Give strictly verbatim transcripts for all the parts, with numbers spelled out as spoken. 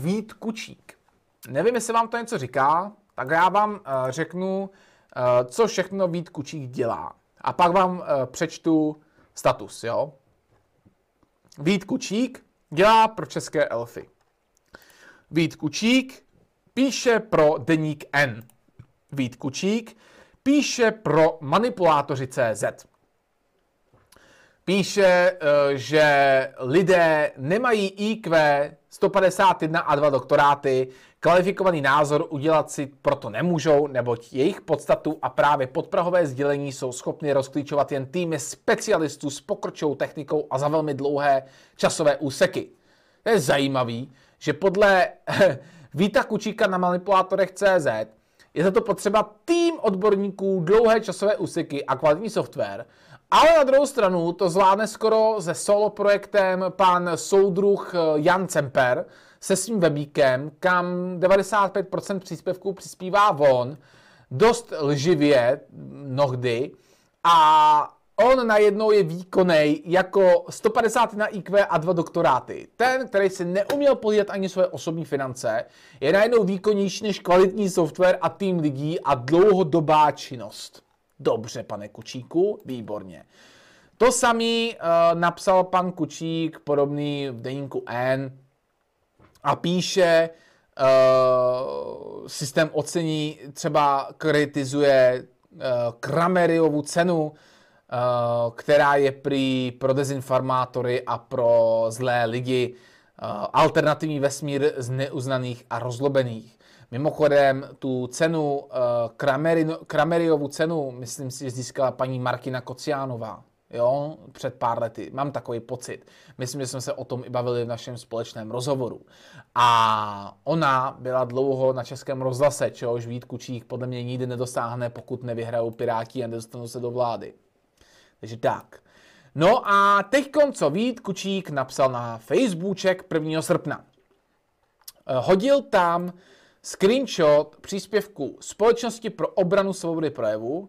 Vít Kučík. Nevím, jestli vám to něco říká, tak já vám uh, řeknu, uh, co všechno Vít Kučík dělá. A pak vám uh, přečtu status, jo. Vít Kučík dělá pro české elfy. Vít Kučík píše pro Deník N. Vít Kučík píše pro manipulátoři tečka cé zet. Píše, že lidé nemají í kvé sto padesát jedna a dva doktoráty, kvalifikovaný názor udělat si proto nemůžou, neboť jejich podstatu a právě podprahové sdělení jsou schopny rozklíčovat jen týmy specialistů s pokročilou technikou a za velmi dlouhé časové úseky. Je zajímavý, že podle Víta Kučíka na manipulátorech tečka cé zet je za to potřeba tým odborníků, dlouhé časové úseky a kvalitní software, ale na druhou stranu to zvládne skoro se solo projektem pan soudruh Jan Cemper se svým webíkem, kam devadesát pět procent příspěvků přispívá on, dost lživě mnohdy, a on najednou je výkonnej jako sto padesát jedna í kvé a dva doktoráty. Ten, který si neuměl podílet ani svoje osobní finance, je najednou výkonnější než kvalitní software a tým lidí a dlouhodobá činnost. Dobře, pane Kučíku, výborně. To samý uh, napsal pan Kučík, podobný v Deníku N, a píše, uh, systém ocení třeba kritizuje uh, Krameriovu cenu, uh, která je prý pro dezinformátory a pro zlé lidi uh, alternativní vesmír z neuznaných a rozlobených. Mimochodem, tu cenu, uh, Krameri, Krameriovu cenu, myslím si, že získala paní Martina Kociánová, jo, před pár lety. Mám takový pocit. Myslím, že jsme se o tom i bavili v našem společném rozhovoru. A ona byla dlouho na Českém rozhlase, čehož Vít Kučík podle mě nikdy nedosáhne, pokud nevyhrajou Piráti a nedostanou se do vlády. Takže tak. No a teďkon, co Vít Kučík napsal na Facebooček prvního srpna. Hodil tam screenshot příspěvku Společnosti pro obranu svobody projevu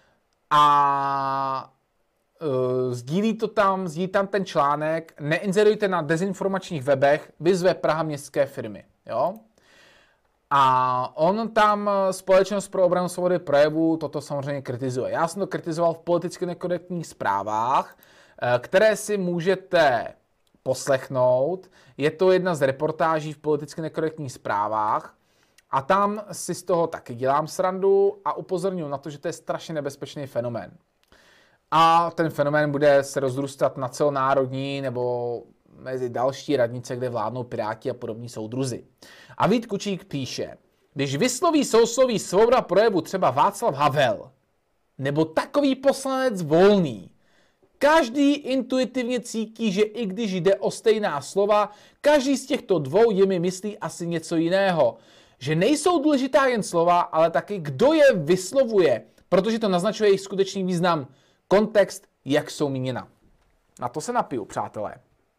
a uh, sdílí to tam, sdílí tam ten článek, neinzerujte na dezinformačních webech, vyzve Praha městské firmy, jo? A on tam, Společnost pro obranu svobody projevu, toto samozřejmě kritizuje. Já jsem to kritizoval v politicky nekorektních zprávách, které si můžete poslechnout. Je to jedna z reportáží v politicky nekorektních zprávách a tam si z toho taky dělám srandu a upozorňuji na to, že to je strašně nebezpečný fenomén. A ten fenomén bude se rozrůstat na celonárodní nebo mezi další radnice, kde vládnou Piráti a podobní soudruzi. A Vít Kučík píše, když vysloví sousloví svoboda projevu třeba Václav Havel nebo takový poslanec Volný, každý intuitivně cítí, že i když jde o stejná slova, každý z těchto dvou jimi myslí asi něco jiného. Že nejsou důležitá jen slova, ale taky kdo je vyslovuje, protože to naznačuje jejich skutečný význam, kontext, jak jsou míněna. Na to se napiju, přátelé.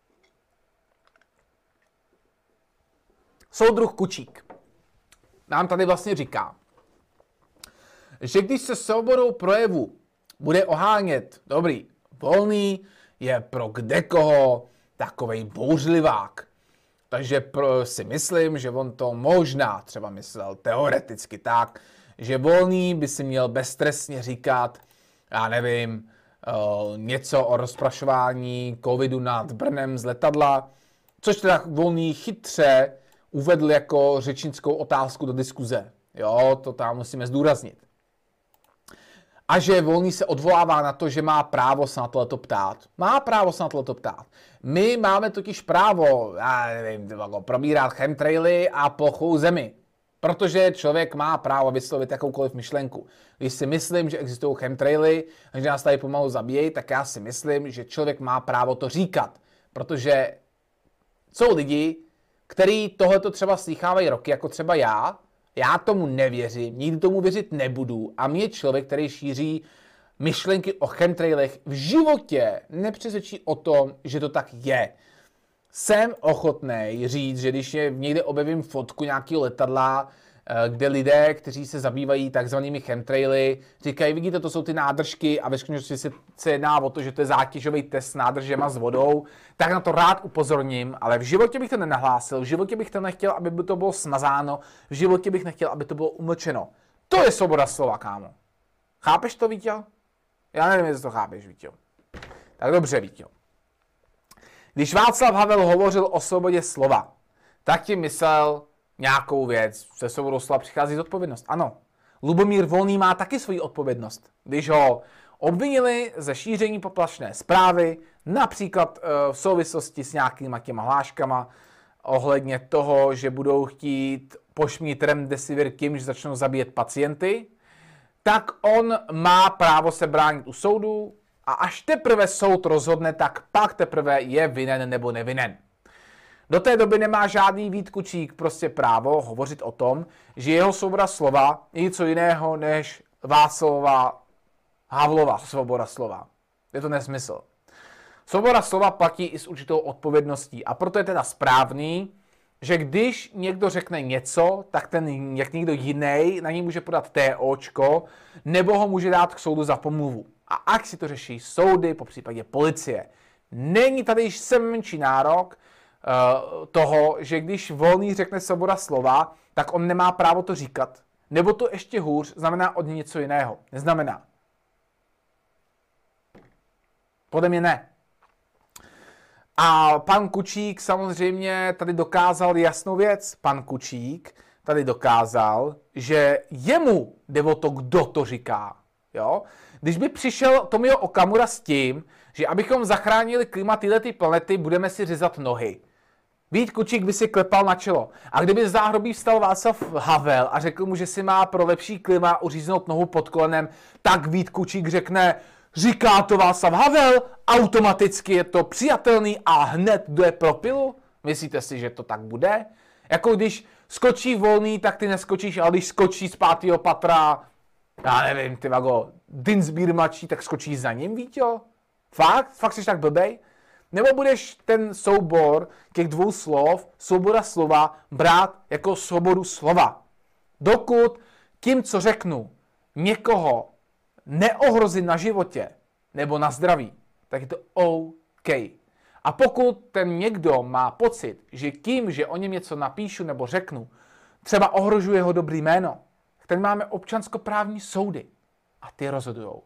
Soudruh Kučík nám tady vlastně říká, že když se svobodou projevu bude ohánět, dobrý, Volný je pro kdekoho takovej bouřlivák. Takže pro, si myslím, že on to možná třeba myslel teoreticky tak, že Volný by si měl beztrestně říkat, já nevím, uh, něco o rozprašování covidu nad Brnem z letadla, což teda Volný chytře uvedl jako řečnickou otázku do diskuze. Jo, to tam musíme zdůraznit. A že Volný se odvolává na to, že má právo se na tohleto ptát. Má právo se na tohleto ptát. My máme totiž právo, já nevím, probírat chemtraily a plochou zemi. Protože člověk má právo vyslovit jakoukoliv myšlenku. Když si myslím, že existují chemtraily, že nás tady pomalu zabíjejí, tak já si myslím, že člověk má právo to říkat. Protože jsou lidi, kteří tohleto třeba slýchávají roky, jako třeba já. Já tomu nevěřím, nikdy tomu věřit nebudu a mě člověk, který šíří myšlenky o chemtrailech, v životě nepřesvědčí o tom, že to tak je. Jsem ochotný říct, že když někde objevím fotku nějakého letadla, kde lidé, kteří se zabývají takzvanými chemtraily, říkají, vidíte, to jsou ty nádržky a ve skutečnosti se jedná o to, že to je zátěžový test s nádržema s vodou, tak na to rád upozorním, ale v životě bych to nenahlásil, v životě bych to nechtěl, aby to bylo smazáno, v životě bych nechtěl, aby to bylo umlčeno. To je svoboda slova, kámo. Chápeš to, Víťo? Já nevím, jestli to chápeš, Víťo. Tak dobře, Víťo. Když Václav Havel hovořil o svobodě slova, tak ti myslel nějakou věc. Se svobodou slova přichází zodpovědnost. Ano. Lubomír Volný má taky svoji odpovědnost. Když ho obvinili ze šíření poplašné zprávy, například v souvislosti s nějakýma těma hláškama ohledně toho, že budou chtít pošmít remdesivir tím, že začnou zabíjet pacienty, tak on má právo se bránit u soudu a až teprve soud rozhodne, tak pak teprve je vinen nebo nevinen. Do té doby nemá žádný Vít Kučík prostě právo hovořit o tom, že jeho svoboda slova je něco jiného než Václava Havlova svoboda slova. Je to nesmysl. Svoboda slova platí i s určitou odpovědností a proto je teda správný, že když někdo řekne něco, tak ten jak někdo jiný na ní může podat TOčko nebo ho může dát k soudu za pomluvu. A ať si to řeší soudy, po případě policie. Není tady již menší nárok uh, toho, že když Volný řekne svoboda slova, tak on nemá právo to říkat. Nebo to ještě hůř, znamená od něj něco jiného. Neznamená. Podle mě ne. A pan Kučík samozřejmě tady dokázal jasnou věc. Pan Kučík tady dokázal, že jemu jde o to, kdo to říká. Jo? Když by přišel Tomio Okamura s tím, že abychom zachránili klima této planety, budeme si řezat nohy. Vít Kučík by si klepal na čelo. A kdyby z záhrobí vstal Václav Havel a řekl mu, že si má pro lepší klima uříznout nohu pod kolenem, tak Vít Kučík řekne, říká to Václav Havel, automaticky je to přijatelný a hned jde pro pilu? Myslíte si, že to tak bude? Jako když skočí Volný, tak ty neskočíš, ale když skočí z pátého patra, já nevím, ty vago, Dinsbír mladší, tak skočíš za ním, Víťo? Fakt? Fakt jsi tak blbej? Nebo budeš ten soubor těch dvou slov, svoboda slova, brát jako svobodu slova? Dokud tím, co řeknu, někoho neohrozit na životě nebo na zdraví, tak je to OK. A pokud ten někdo má pocit, že tím, že o něm něco napíšu nebo řeknu, třeba ohrožuje jeho dobrý jméno, tak tady máme občanskoprávní soudy a ty rozhodujou.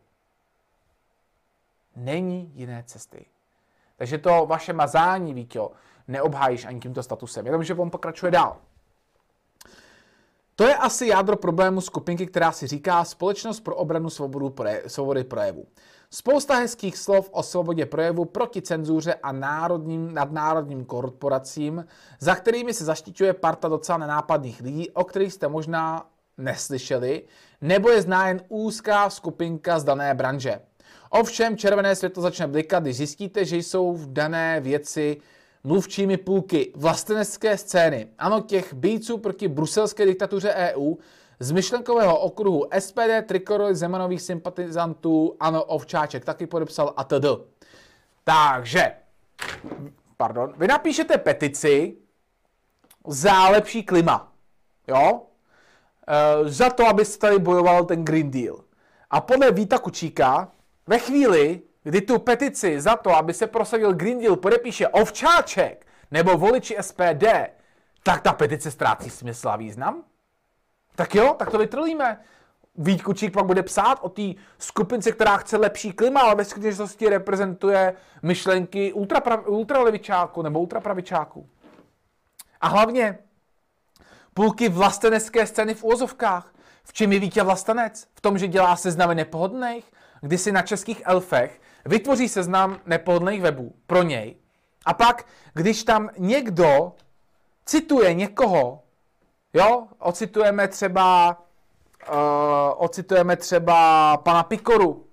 Není jiné cesty. Takže to vaše mazání, Víťo, neobhájíš ani tímto statusem. Jenom, že on pokračuje dál. To je asi jádro problému skupinky, která si říká Společnost pro obranu svobodu proje- svobody projevu. Spousta hezkých slov o svobodě projevu proti cenzuře a národním, nadnárodním korporacím, za kterými se zaštiťuje parta docela nenápadných lidí, o kterých jste možná neslyšeli, nebo je zná jen úzká skupinka z dané branže. Ovšem červené světlo začne blikat, když zjistíte, že jsou v dané věci mluvčími půlky vlastenecké scény. Ano, těch bíjců proti bruselské diktatuře E U, z myšlenkového okruhu S P D, Trikoroly, Zemanových sympatizantů, ano, Ovčáček taky podepsal a td. Takže, pardon, vy napíšete petici za lepší klima, jo? E, za to, abyste tady bojoval ten Green Deal. A podle Víta Kučíka, ve chvíli, kdy tu petici za to, aby se prosadil Green Deal, podepíše Ovčáček nebo voliči S P D, tak ta petice ztrácí smysl a význam? Tak jo, tak to vytrlíme. Vít Kučík pak bude psát o té skupince, která chce lepší klima, ale ve skutečnosti reprezentuje myšlenky ultralevičáků nebo ultrapravičáků. A hlavně půlky vlastenecké scény v úvozovkách. V čem je Vítě Vlastenec? V tom, že dělá seznamy nepohodlných, kdy si na českých elfech vytvoří seznam nepohodlných webů pro něj. A pak, když tam někdo cituje někoho, jo, ocitujeme třeba, uh, ocitujeme třeba pana Pikoru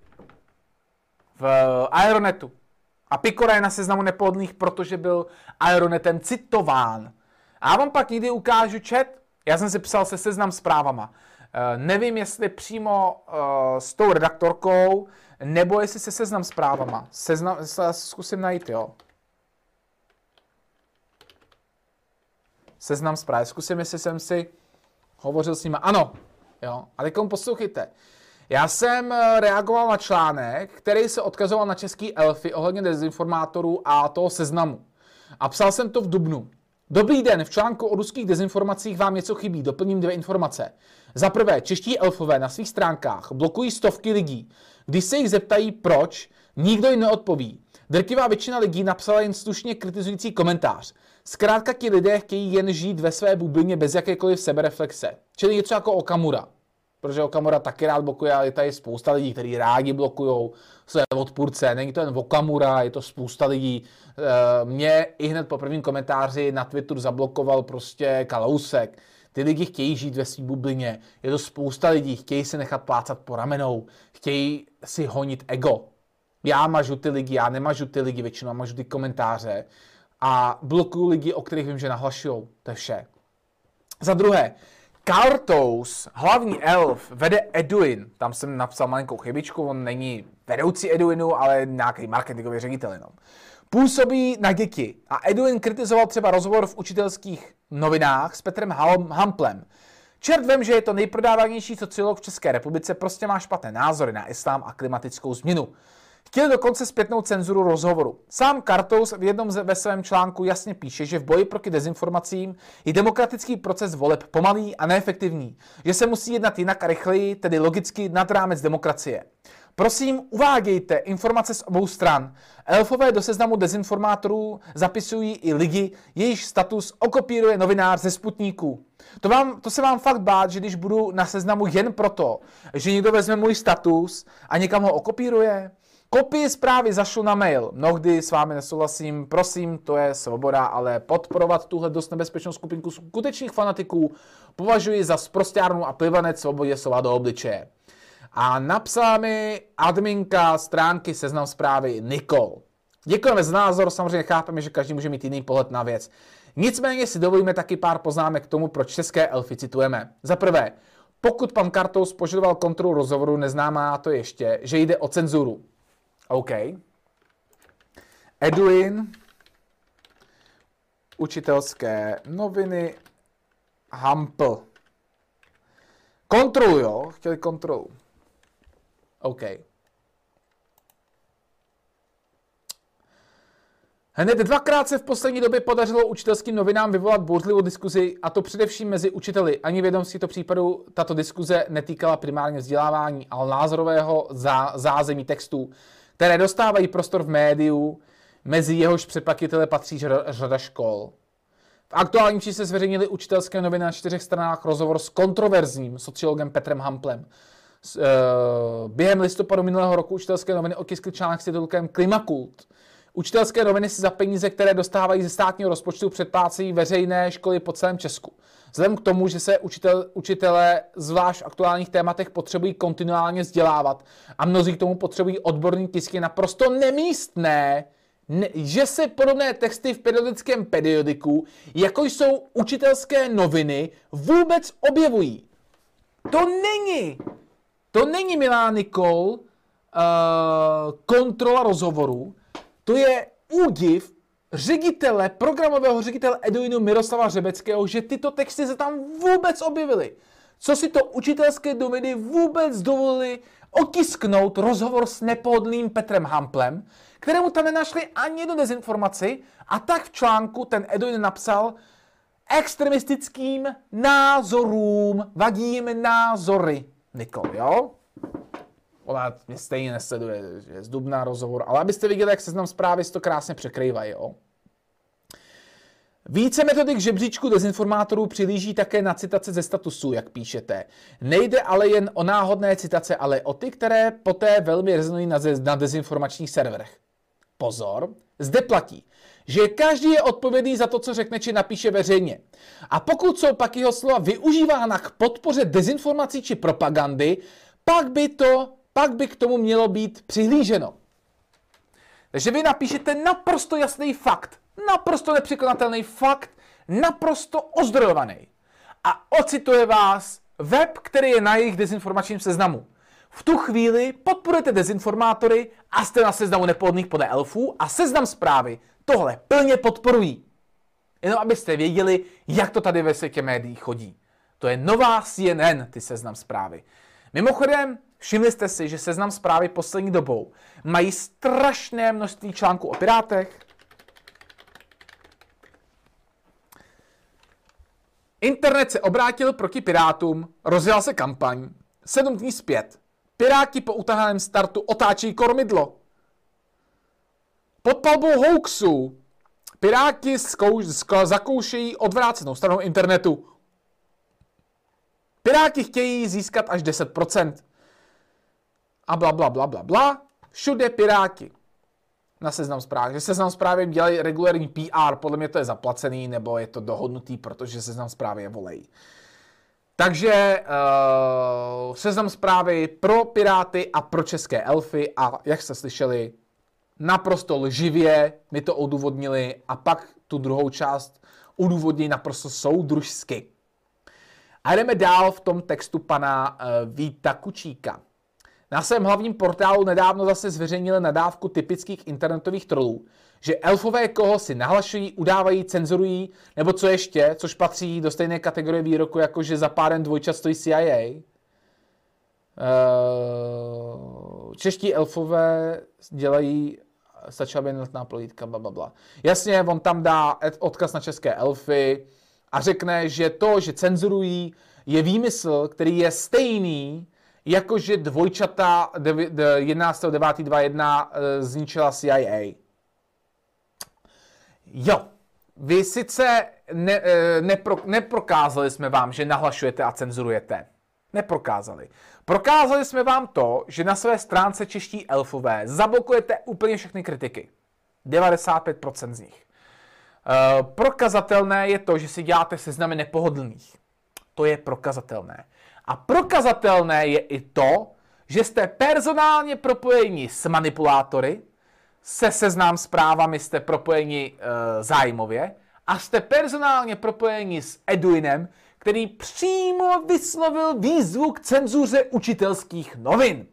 v Aeronetu. A Pikora je na seznamu nepohodlných, protože byl Aeronetem citován. A já vám pak někdy ukážu chat. Já jsem si psal se seznam zprávama. Uh, nevím, jestli přímo uh, s tou redaktorkou, nebo jestli se seznam zprávama. Seznam, zkusím najít, jo. Seznam zpráv. Zkusím, jestli jsem si Hovořil s nima, ano. Jo. A teď poslouchejte. Já jsem reagoval na článek, který se odkazoval na český elfy ohledně dezinformátorů a toho Seznamu. A psal jsem to v dubnu. Dobrý den, v článku o ruských dezinformacích vám něco chybí, doplním dvě informace. Za prvé, čeští elfové na svých stránkách blokují stovky lidí. Když se jich zeptají proč, nikdo jim neodpoví. Drtivá většina lidí napsala jen slušně kritizující komentář. Zkrátka ti lidé chtějí jen žít ve své bublině bez jakékoliv sebereflexe. Čili něco jako Okamura. Protože Okamura taky rád blokuje, ale je tady spousta lidí, kteří rádi blokujou své odpůrce. Není to jen Okamura, je to spousta lidí. Mě i hned po prvním komentáři na Twitteru zablokoval prostě Kalousek. Ty lidi chtějí žít ve své bublině. Je to spousta lidí, chtějí se nechat plácat po ramenou, chtějí si honit ego. Já mažu ty lidi, já nemažu ty lidi, většinou mažu ty komentáře a blokuju lidi, o kterých vím, že nahlašujou. To je vše. Za druhé, Karthous, hlavní elf, vede Eduin. Tam jsem napsal malinkou chybičku, on není vedoucí Eduinu, ale nějaký marketingový ředitel jenom. Působí na děti a Eduin kritizoval třeba rozhovor v učitelských novinách s Petrem Hamplem. Čert vem, že je to nejprodávanější sociolog v České republice, prostě má špatné názory na islám a klimatickou změnu. Chtěl dokonce zpětnou cenzuru rozhovoru. Sám Karthous v jednom ve svém článku jasně píše, že v boji proti dezinformacím je demokratický proces voleb pomalý a neefektivní, že se musí jednat jinak a rychleji, tedy logicky nad rámec demokracie. Prosím, uvádějte informace z obou stran. Elfové do seznamu dezinformátorů zapisují i lidi, jejichž status okopíruje novinář ze Sputníku. To, vám, to se vám fakt bát, že když budu na seznamu jen proto, že někdo vezme můj status a někam ho okopíruje? Kopii zprávy zašlu na mail. Mnohdy s vámi nesouhlasím, prosím, to je svoboda, ale podporovat tuhle dost nebezpečnou skupinku skutečných fanatiků považuji za sprosťárnu a plivanec svobodě slova do obličeje. A napsala mi adminka stránky Seznam Zprávy Nikol. Děkujeme za názor, samozřejmě chápeme, že každý může mít jiný pohled na věc. Nicméně si dovolíme taky pár poznámek k tomu, proč české elfy citujeme. Za prvé, pokud pan Karthous požadoval kontrolu rozhovoru, neznámá to ještě, že jde o cenzuru. OK. Eduin, učitelské noviny, Hampl. Kontrolu, jo? Chtěli kontrolu. OK. Hned dvakrát se v poslední době podařilo učitelským novinám vyvolat bouřlivou diskuzi, a to především mezi učiteli. Ani vědom si to případu tato diskuze netýkala primárně vzdělávání, ale názorového zá, zázemí textů, které dostávají prostor v médiu, mezi jehož předplatitele patří řada škol. V aktuálním čísle zveřejnili učitelské noviny na čtyřech stranách rozhovor s kontroverzním sociologem Petrem Hamplem. Během listopadu minulého roku učitelské noviny otiskly článek s titulkem Klimakult. Učitelské noviny si za peníze, které dostávají ze státního rozpočtu, předplácejí veřejné školy po celém Česku. Vzhledem k tomu, že se učitel, učitelé zvlášť v aktuálních tématech potřebují kontinuálně vzdělávat a mnozí k tomu potřebují odborný tisk, je naprosto nemístné, ne, že se podobné texty v periodickém periodiku, jako jsou učitelské noviny, vůbec objevují. To není, to není, milá Nikol, uh, kontrola rozhovoru. To je údiv ředitele, programového ředitele Eduinu Miroslava Řebeckého, že tyto texty se tam vůbec objevily. Co si to učitelské noviny vůbec dovolili otisknout rozhovor s nepohodlným Petrem Hamplem, kterému tam nenašli ani jednu dezinformaci, a tak v článku ten Eduin napsal: extremistickým názorům vadím názory. Nikol, jo? Ona mě stejně nesleduje, že je z dubna rozhovor, ale abyste viděli, jak Seznam Zprávy si to krásně překrývají, jo. Více metodik žebříčku dezinformátorů přilíží také na citace ze statusů, jak píšete. Nejde ale jen o náhodné citace, ale o ty, které poté velmi rezonují na, na dezinformačních serverech. Pozor, zde platí, že každý je odpovědný za to, co řekne či napíše veřejně. A pokud jsou pak jeho slova využívána k podpoře dezinformací či propagandy, pak by to pak by k tomu mělo být přihlíženo. Takže vy napíšete naprosto jasný fakt, naprosto nepřekonatelný fakt, naprosto ozdrojovaný. A ocituje vás web, který je na jejich dezinformačním seznamu. V tu chvíli podporujete dezinformátory a jste na seznamu nepohodlných podle elfů a Seznam Zprávy tohle plně podporují. Jenom abyste věděli, jak to tady ve světě médií chodí. To je nová C N N, ty Seznam Zprávy. Mimochodem, všimli jste si, že Seznam Zprávy poslední dobou mají strašné množství článků o Pirátech. Internet se obrátil proti Pirátům, rozjela se kampaň. Sedm dní zpět. Piráti po utahaném startu otáčí kormidlo. Pod palbou hoaxu Piráti zkouš, zakoušejí odvrácenou stranu internetu. Piráti chtějí získat až deset procent. A bla, bla, bla, bla, bla. Všude Piráti. Na Seznam Zprávy. Že Seznam Zprávy dělají regulární P R, podle mě to je zaplacený, nebo je to dohodnutý, protože Seznam Zprávy je volej. Takže uh, Seznam Zprávy pro Piráty a pro české elfy a jak jste slyšeli, naprosto lživě mi to odůvodnili a pak tu druhou část odůvodní naprosto soudružsky. A jdeme dál v tom textu pana uh, Víta Kučíka. Na svém hlavním portálu nedávno zase zveřejnili nadávku typických internetových trollů, že elfové koho si nahlašují, udávají, cenzurují, nebo co ještě, což patří do stejné kategorie výroku, jako že za pádem dvojčat stojí C I A. Uh, čeští elfové dělají, stačila by jednotná polítka, blablabla. Jasně, on tam dá odkaz na české elfy a řekne, že to, že cenzurují, je výmysl, který je stejný, jakože dvojčata jedenáctého devátého dvacet jedna zničila C I A. Jo, vy sice ne, nepro, neprokázali jsme vám, že nahlašujete a cenzurujete. Neprokázali. Prokázali jsme vám to, že na své stránce čeští elfové zablokujete úplně všechny kritiky. devadesát pět procent z nich. E, prokazatelné je to, že si děláte seznamy nepohodlných. To je prokazatelné. A prokazatelné je i to, že jste personálně propojeni s manipulátory, se Seznam Zprávami jste propojeni e, zájmově a jste personálně propojeni s Eduinem, který přímo vyslovil výzvu k cenzuře učitelských novin.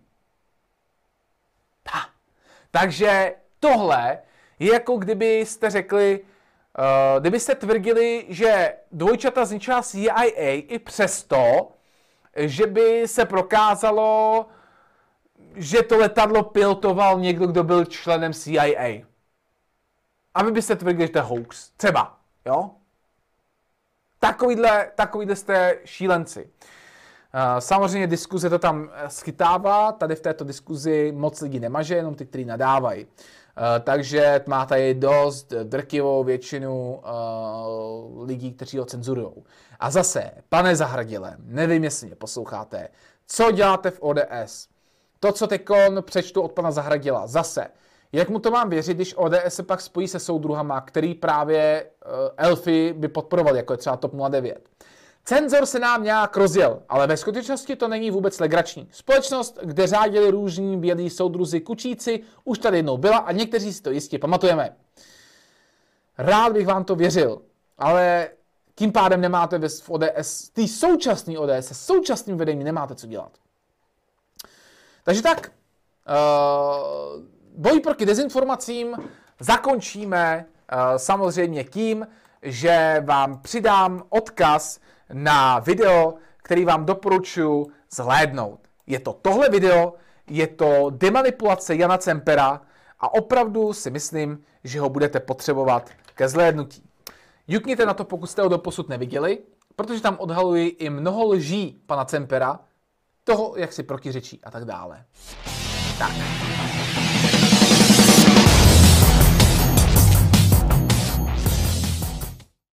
Ta. Takže tohle je jako kdybyste řekli, uh, kdybyste tvrdili, že dvojčata zničila C I A i přesto, že by se prokázalo, že to letadlo pilotoval někdo, kdo byl členem C I A. A vy byste tvrdili, že to je hoax. Třeba, jo? Takovýhle, takovýhle jste šílenci. Samozřejmě diskuze to tam schytává, tady v této diskuzi moc lidí nemaže, jenom ty, kteří nadávají. Takže má tady dost drtivou většinu lidí, kteří ho cenzurujou. A zase, pane Zahradile, nevím, jestli mě posloucháte, co děláte v O D S? To, co teďkon přečtu od pana Zahradila, zase, jak mu to mám věřit, když O D S se pak spojí se soudruhama, který právě uh, elfy by podporovali, jako je třeba TOP nula devět. Cenzor se nám nějak rozjel, ale ve skutečnosti to není vůbec legrační. Společnost, kde řádili různí bělí soudruzi Kučíci, už tady jednou byla a někteří si to jistě pamatujeme. Rád bych vám to věřil, ale tím pádem nemáte v O D S, tý současný O D S, se současným vedením nemáte co dělat. Takže tak, uh, boj proti dezinformacím zakončíme uh, samozřejmě tím, že vám přidám odkaz na video, který vám doporučuji zhlédnout. Je to tohle video, je to demanipulace Jana Cempera a opravdu si myslím, že ho budete potřebovat ke zhlédnutí. Jukněte na to, pokud jste ho doposud neviděli, protože tam odhaluji i mnoho lží pana Cempera, toho, jak si protiřečí a tak dále. Tak.